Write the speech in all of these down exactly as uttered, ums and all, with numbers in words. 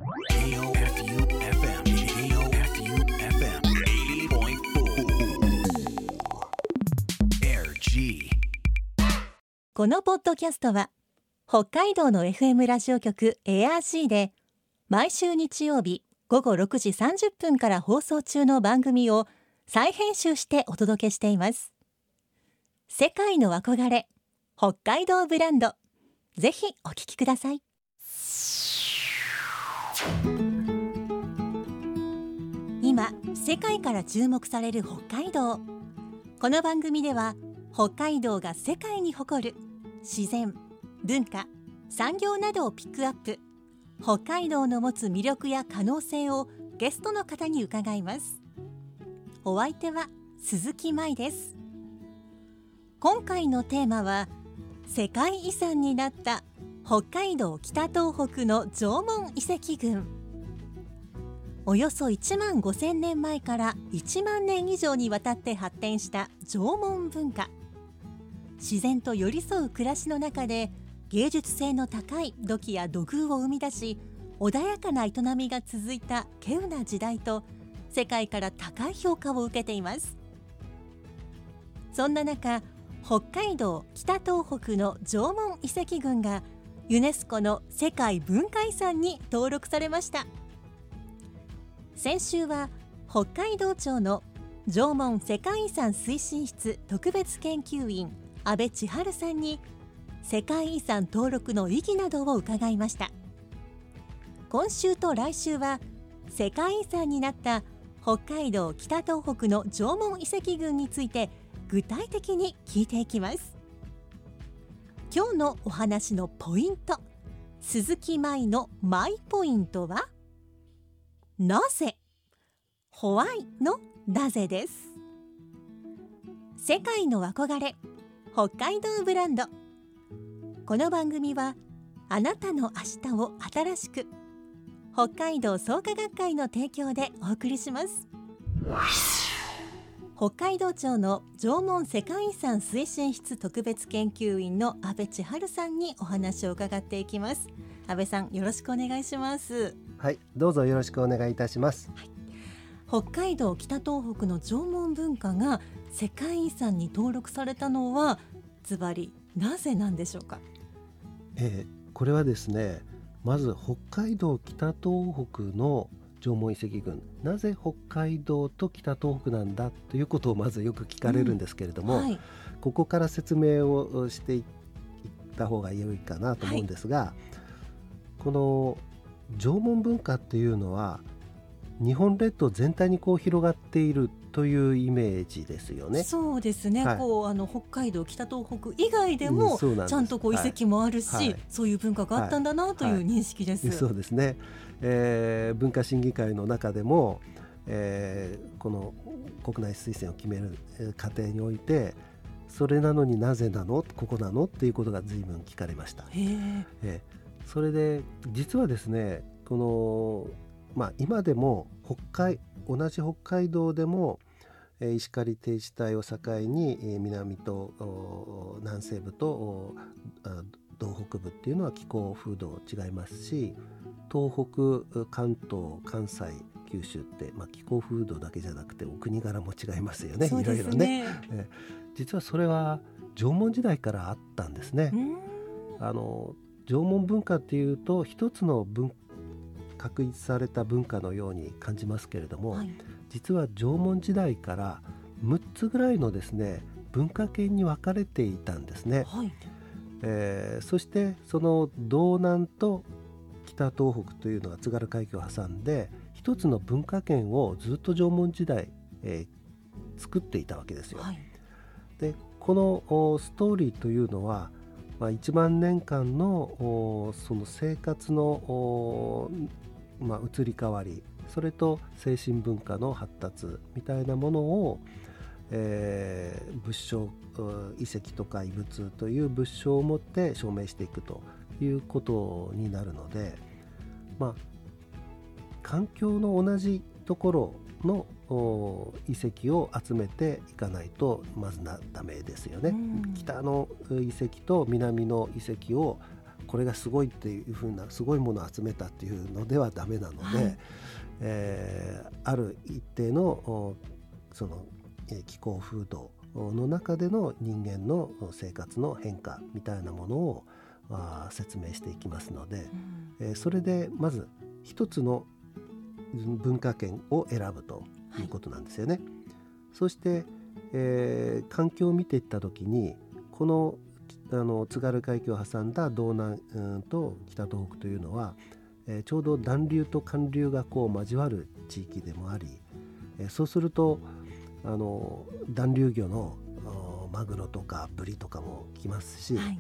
ジェイオーエフユーエフエム ジェイオーエフユーエフエム はちじゅうてんよん エーアールジー。 このポッドキャストは北海道の エフエム ラジオ局 エーアールジー で毎週日曜日ごごろくじさんじゅっぷんから放送中の番組を再編集してお届けしています。世界の憧れ北海道ブランド、ぜひお聞きください。今世界から注目される北海道。この番組では北海道が世界に誇る自然、文化、産業などをピックアップ。北海道の持つ魅力や可能性をゲストの方に伺います。お相手は鈴木舞です。今回のテーマは世界遺産になった北海道北東北の縄文遺跡群。およそいちまんごせんねんまえからいちまんねん以上にわたって発展した縄文文化。自然と寄り添う暮らしの中で芸術性の高い土器や土偶を生み出し、穏やかな営みが続いた稀有な時代と世界から高い評価を受けています。そんな中、北海道北東北の縄文遺跡群がユネスコの世界文化遺産に登録されました。先週は北海道庁の縄文世界遺産推進室特別研究員阿部千春さんに世界遺産登録の意義などを伺いました。今週と来週は世界遺産になった北海道北東北の縄文遺跡群について具体的に聞いていきます。今日のお話のポイント、鈴木舞のマイポイントはなぜ、ホワイのなぜです。世界の憧れ北海道ブランド。この番組はあなたの明日を新しく、北海道創価学会の提供でお送りします。北海道庁の縄文世界遺産推進室特別研究員の阿部千春さんにお話を伺っていきます。阿部さん、よろしくお願いします。 はい、どうぞよろしくお願いいたします。 はい、北海道北東北の縄文文化が世界遺産に登録されたのはズバリなぜなんでしょうか。 えー、これはですね、まず北海道北東北の縄文遺跡群、なぜ北海道と北東北なんだということをまずよく聞かれるんですけれども、うんはい、ここから説明をしていった方が良いかなと思うんですが、はい、この縄文文化っていうのは日本列島全体にこう広がっているというイメージですよね。 そうですね、はい、こうあの北海道北東北以外でも、うん、ちゃんとこう遺跡もあるし、はいはい、そういう文化があったんだなという認識です、 はいはい、そうですね、えー、文化審議会の中でも、えー、この国内推薦を決める過程において、それなのになぜなの、ここなのっていうことが随分聞かれました。 へー、 えーそれで実はですね、この、まあ、今でも北海同じ北海道でも、えー、石狩低地帯を境に、えー、南と南西部と道北部っていうのは気候風土違いますし、東北、関東、関西、九州って、まあ、気候風土だけじゃなくてお国柄も違いますよね。 そうですね。 いろいろね、えー、実はそれは縄文時代からあったんですね。あの縄文文化っていうと一つの文確立された文化のように感じますけれども、はい、実は縄文時代からむっつぐらいのですね文化圏に分かれていたんですね。はい、えー、そしてその道南と北東北というのは津軽海峡を挟んで一つの文化圏をずっと縄文時代、えー、作っていたわけですよ。はい、でこのストーリーというのはまあ、いちまんねんかんのその生活の、まあ、移り変わり、それと精神文化の発達みたいなものを、えー、物証、遺跡とか遺物という物証を持って証明していくということになるので、まあ、環境の同じところの遺跡を集めていかないとまずなダメですよね。北の遺跡と南の遺跡をこれがすごいっていうふうなすごいものを集めたっていうのではダメなので、はい、えー、ある一定のその気候風土の中での人間の生活の変化みたいなものを説明していきますので、うん、それでまず一つの文化圏を選ぶということなんですよね、はい、そして、えー、環境を見ていった時にこの、あの津軽海峡を挟んだ道南、うん、と北東北というのは、えー、ちょうど暖流と寒流がこう交わる地域でもあり、えー、そうするとあの暖流魚のマグロとかブリとかも来ますし、はい、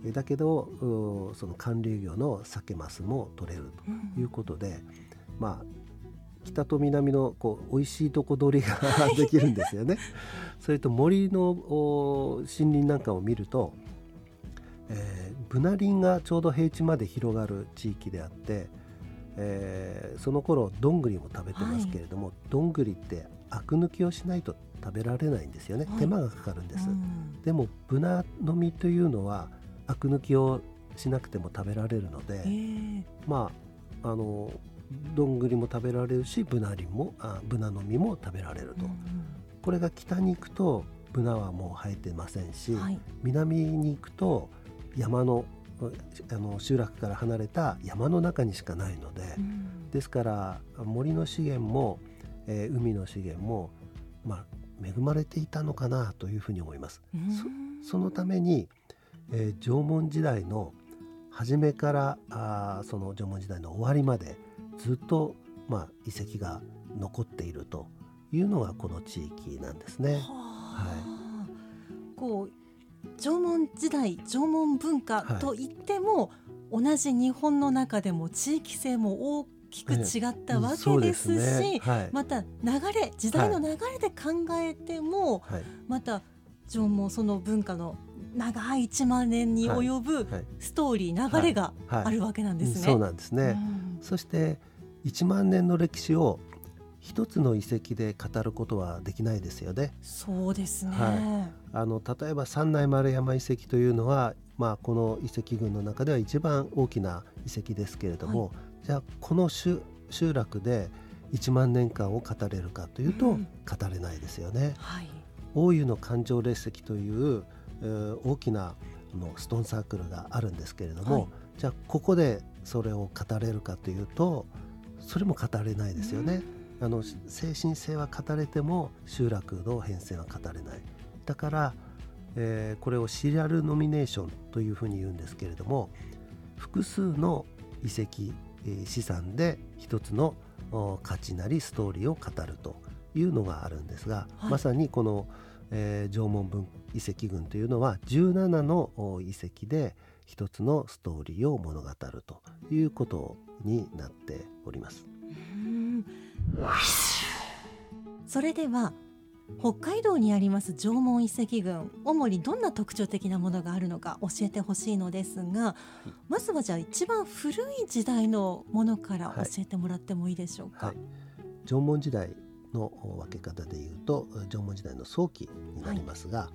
だけどその寒流魚のサケマスも取れるということで、うん、まあ北と南のこう美味しいとこ取りができるんですよね。それと森の森林なんかを見ると、えー、ブナ林がちょうど平地まで広がる地域であって、えー、その頃どんぐりも食べてますけれども、はい、どんぐりってアク抜きをしないと食べられないんですよね、はい、手間がかかるんです、うん、でもブナの実というのはアク抜きをしなくても食べられるので、まああのどんぐりも食べられるしブナ林もあブナの実も食べられると、うん、これが北に行くとブナはもう生えてませんし、はい、南に行くと山の、あの集落から離れた山の中にしかないので、うん、ですから森の資源も、えー、海の資源も、まあ、恵まれていたのかなというふうに思います。そ, そのために、えー、縄文時代の初めからあその縄文時代の終わりまでずっと、まあ、遺跡が残っているというのがこの地域なんですね。ははい、こう縄文時代縄文文化といっても、はい、同じ日本の中でも地域性も大きく違ったわけですし、ええねはい、また流れ時代の流れで考えても、はい、また縄文その文化の長いいちまんねんに及ぶストーリー、はい、流れがあるわけなんですね、 はいはい、そうなんですね、うん、そしていちまんねんの歴史を一つの遺跡で語ることはできないですよね。 そうですね、 はい、あの例えば三内丸山遺跡というのは、まあ、この遺跡群の中では一番大きな遺跡ですけれども、はい、じゃあこの 集, 集落でいちまんねんかんを語れるかというと、うん、語れないですよね、はい、大湯の環状列石という、えー、大きなのストーンサークルがあるんですけれども、はい、じゃあここでそれを語れるかというとそれも語れないですよね、うん、あの精神性は語れても集落の変遷は語れない。だから、えー、これをシリアルノミネーションというふうに言うんですけれども、複数の遺跡、えー、資産で一つの価値なりストーリーを語るというのがあるんですが、はい、まさにこの、えー、縄文文遺跡群というのはじゅうななの遺跡で一つのストーリーを物語るということになっております。 うん、それでは北海道にあります縄文遺跡群、主にどんな特徴的なものがあるのか教えてほしいのですが、まずはじゃあ一番古い時代のものから教えてもらってもいいでしょうか。 はいはい、縄文時代の分け方でいうと縄文時代の早期になりますが、はい、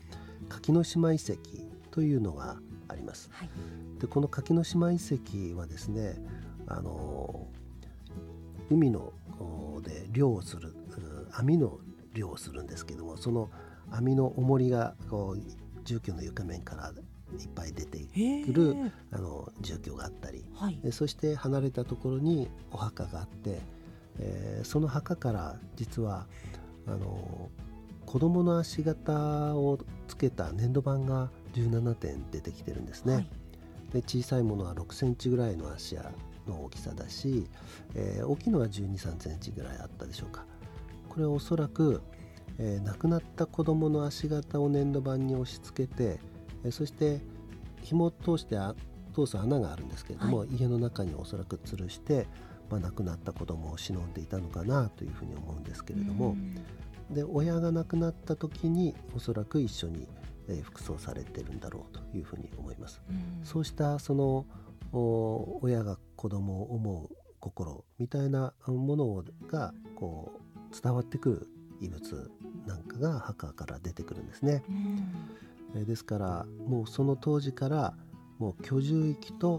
柿の島遺跡というのがあります、はい、でこの柿の島遺跡はですね、あの海ので漁をする網の漁をするんですけども、その網の重りがこう住居の床面からいっぱい出てくるあの住居があったり、はい、でそして離れたところにお墓があって、えー、その墓から実はあの子供の足型をつけた粘土板がじゅうななてん出てきてるんですね、はい、で小さいものはろくセンチぐらいの足の大きさだし、えー、大きいのはじゅうに、さんセンチぐらいあったでしょうか。これはおそらく、えー、亡くなった子どもの足型を粘土板に押し付けて、えー、そして紐を通して通す穴があるんですけれども、はい、家の中におそらく吊るして、まあ、亡くなった子どもを忍んでいたのかなというふうに思うんですけれども、で親が亡くなった時におそらく一緒に、えー、服装されてるんだろうというふうに思います。うそうしたその親が子どもを思う心みたいなものがこう伝わってくる遺物なんかが墓から出てくるんですね、うん、えですからもうその当時からもう居住域と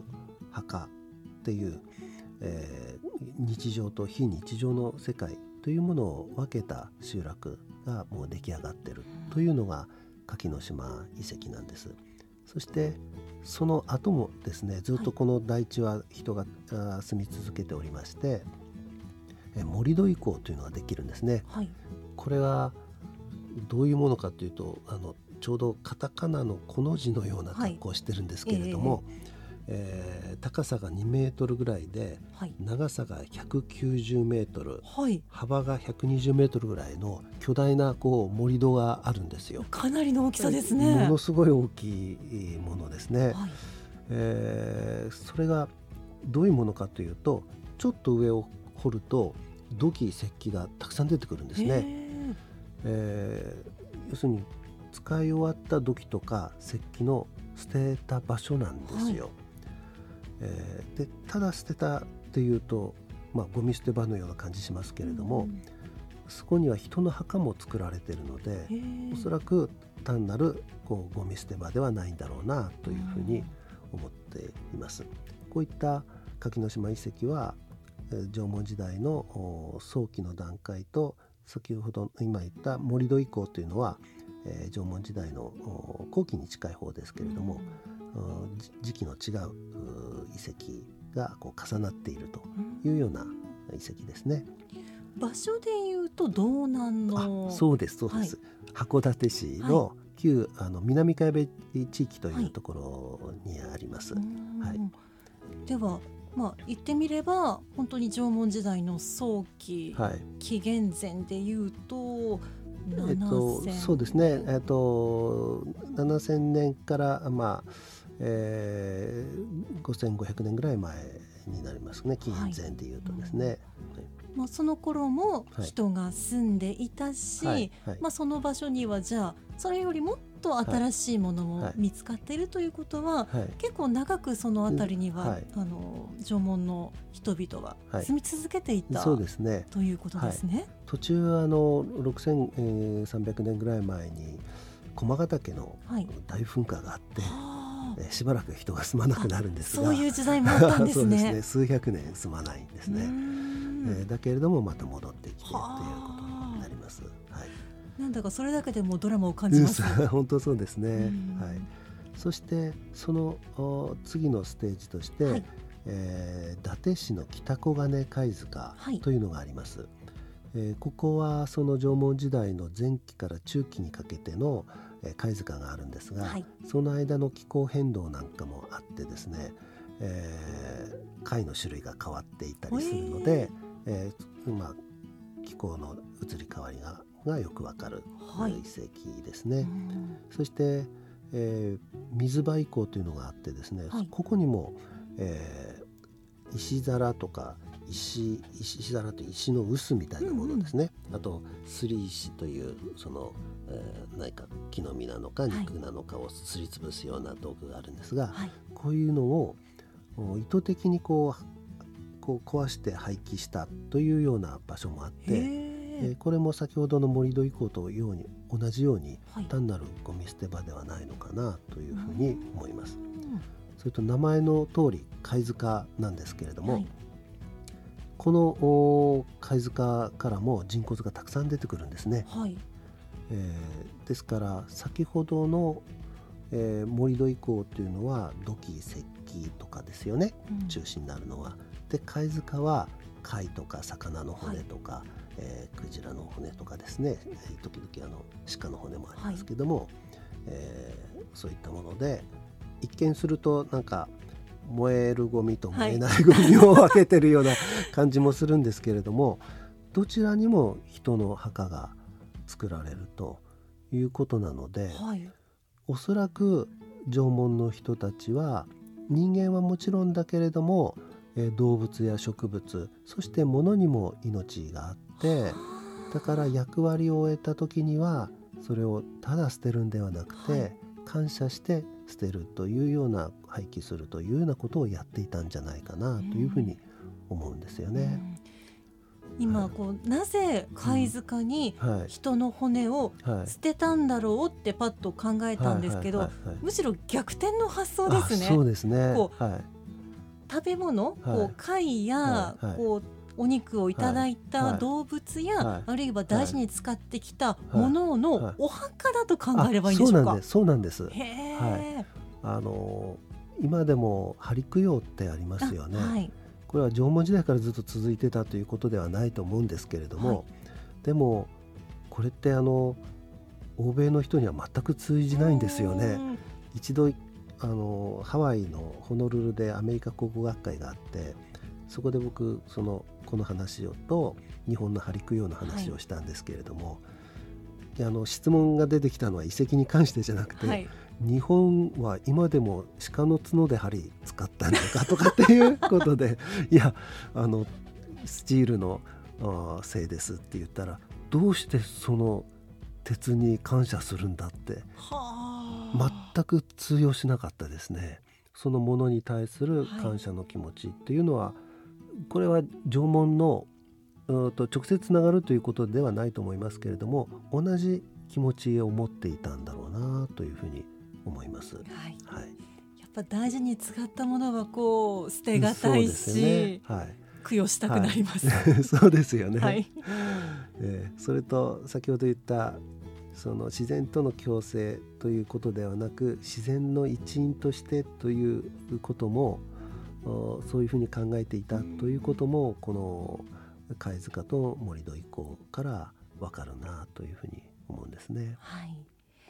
墓っていう、えー、日常と非日常の世界というものを分けた集落がもう出来上がっているというのが柿の島遺跡なんです。そしてその後もですね、ずっとこの台地は人が住み続けておりまして、え盛土遺構というのができるんですね、はい、これはどういうものかというと、あのちょうどカタカナのこの字のような格好をしてるんですけれども、はいえーえー、高さがにメートルぐらいで、はい、長さがひゃくきゅうじゅうメートル、はい、幅がひゃくにじゅうメートルぐらいの巨大なこう盛り土があるんですよ。 かなりの大きさですね。 ものすごい大きいものですね、はいえー、それがどういうものかというと、ちょっと上を掘ると土器石器がたくさん出てくるんですね。えー、要するに使い終わった土器とか石器の捨てた場所なんですよ、はいえー、でただ捨てたっていうと、まあ、ゴミ捨て場のような感じしますけれども、うん、そこには人の墓も作られているので、おそらく単なるこうゴミ捨て場ではないんだろうなというふうに思っています。こういった柿の島遺跡は縄文時代の早期の段階と、先ほど今言った盛土遺構というのは、えー、縄文時代の後期に近い方ですけれども、うん、時期の違う遺跡がこう重なっているというような遺跡ですね。 場所でいうと道南のあそうですそうです、はい、函館市の旧、はい、あの南海部地域というところにあります、はいはい、 ではまあ、言ってみれば本当に縄文時代の早期、はい、紀元前でいうとえっと、そうですね、えっと、ななせんねんから、まあえー、ごせんごひゃくねんぐらい前になりますね、紀元前でいうとですね、はいまあ、その頃も人が住んでいたし、はいはいまあ、その場所にはじゃあそれよりもっと新しいものも見つかっているということは、はいはい、結構長くそのあたりには、はい、あの縄文の人々は住み続けていた、 そうですね、 ということですね。 途中あのろくせんさんびゃくねんぐらい前に駒ヶ岳の大噴火があって、はい、しばらく人が住まなくなるんですが、 そういう時代もあったんですね。 そうですね、数百年住まないんですね、えー、だけれどもまた戻ってきてということになります、はい、 なんだかそれだけでもドラマを感じます本当そうですね、はい、そしてその次のステージとして、はいえー、伊達市の北小金貝塚というのがあります、はいえー、ここはその縄文時代の前期から中期にかけての貝塚があるんですが、はい、その間の気候変動なんかもあってですね、えー、貝の種類が変わっていたりするので、えーまあ、気候の移り変わりががよくわかる遺跡ですね、はい、そして、えー、水場遺構というのがあってですね、はい、ここにも、えー、石皿とか 石, 石皿という石の臼みたいなものですね、うんうん、あとすり石というその、えー、何か木の実なのか肉なのかをすりつぶすような道具があるんですが、はい、こういうのを意図的にこうこう壊して廃棄したというような場所もあって、えー、これも先ほどの盛土遺構とように同じように、はい、単なるゴミ捨て場ではないのかなというふうに思います。それと名前の通り貝塚なんですけれども、はい、この貝塚からも人骨がたくさん出てくるんですね、はいえー、ですから先ほどの、えー、盛土遺構というのは土器石器とかですよね、うん、中心になるのは。で貝塚は貝とか魚の骨とか、はいえー、クジラの骨とかですね、時々あの鹿の骨もありますけども、はいえー、そういったもので一見するとなんか燃えるゴミと燃えないゴミを分けてるような感じもするんですけれども、はい、どちらにも人の墓が作られるということなので、はい、おそらく縄文の人たちは人間はもちろんだけれども動物や植物そして物にも命があって、だから役割を終えた時にはそれをただ捨てるんではなくて、はい、感謝して捨てるというような廃棄するというようなことをやっていたんじゃないかなというふうに思うんですよね、 うん、今こう、はい、なぜ貝塚に人の骨を捨てたんだろうってパッと考えたんですけど、むしろ逆転の発想ですね。 そうですね、こう、はい食べ物、はい、こう貝や、はいはい、こうお肉をいただいた動物や、はいはい、あるいは大事に使ってきたもののお墓だと考えればいいんでしょうか。 そうなんです、そうなんです。へー、はい、あの今でも針供養ってありますよね、はい、これは縄文時代からずっと続いてたということではないと思うんですけれども、はい、でもこれってあの欧米の人には全く通じないんですよね。一度あのハワイのホノルルでアメリカ考古学会があって、そこで僕そのこの話をと日本の針供養の話をしたんですけれども、はい、あの質問が出てきたのは遺跡に関してじゃなくて、はい、日本は今でも鹿の角で針使ったんだかとかっていうことでいやあのスチールのせいですって言ったら、どうしてその鉄に感謝するんだって全く通用しなかったですね。そのものに対する感謝の気持ちっていうのは、はい、これは縄文のうんと直接つながるということではないと思いますけれども、同じ気持ちを持っていたんだろうなというふうに思います、はいはい、 やっぱ大事に使ったものはこう捨てがたいし、ね、はい、供養したくなります、 はい、そうですよね、はい、えー、それと先ほど言ったその自然との共生ということではなく、自然の一員としてということもそういうふうに考えていたということも、この貝塚と盛土以降から分かるなというふうに思うんですね、はい、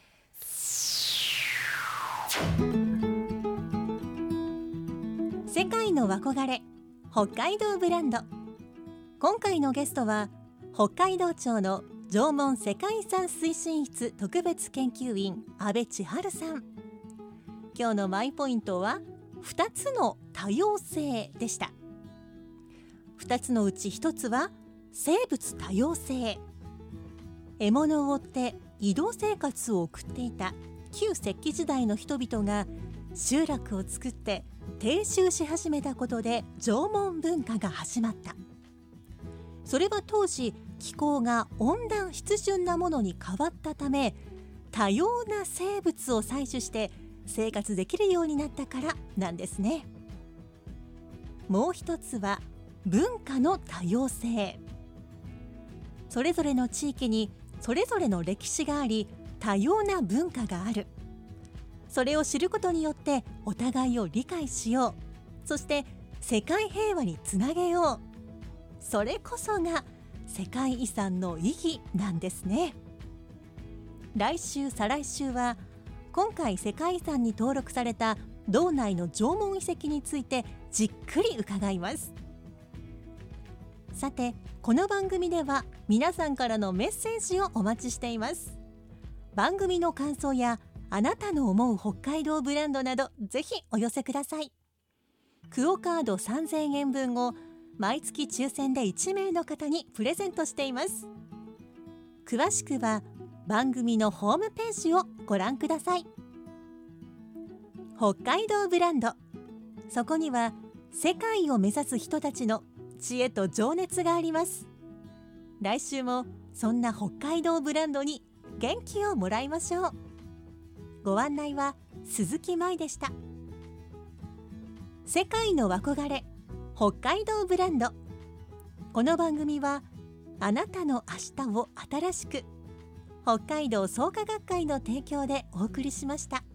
世界の憧れ北海道ブランド。今回のゲストは北海道庁の縄文世界遺産推進室特別研究員阿部千春さん。今日のマイポイントはふたつの多様性でした。ふたつのうちひとつは生物多様性。獲物を追って移動生活を送っていた旧石器時代の人々が集落を作って定住し始めたことで縄文文化が始まった。それは当時気候が温暖湿潤なものに変わったため、多様な生物を採取して生活できるようになったからなんですね。もう一つは文化の多様性。それぞれの地域にそれぞれの歴史があり、多様な文化がある。それを知ることによってお互いを理解しよう。そして世界平和につなげよう。それこそが世界遺産の意義なんですね。来週再来週は今回世界遺産に登録された道内の縄文遺跡についてじっくり伺います。さて、この番組では皆さんからのメッセージをお待ちしています。番組の感想やあなたの思う北海道ブランドなどぜひお寄せください。クオカードさんぜんえん分を毎月抽選でいちめいの方にプレゼントしています。詳しくは番組のホームページをご覧ください。北海道ブランド、そこには世界を目指す人たちの知恵と情熱があります。来週もそんな北海道ブランドに元気をもらいましょう。ご案内は鈴木舞でした。世界の憧れ北海道ブランド。この番組はあなたの明日を新しく、北海道創価学会の提供でお送りしました。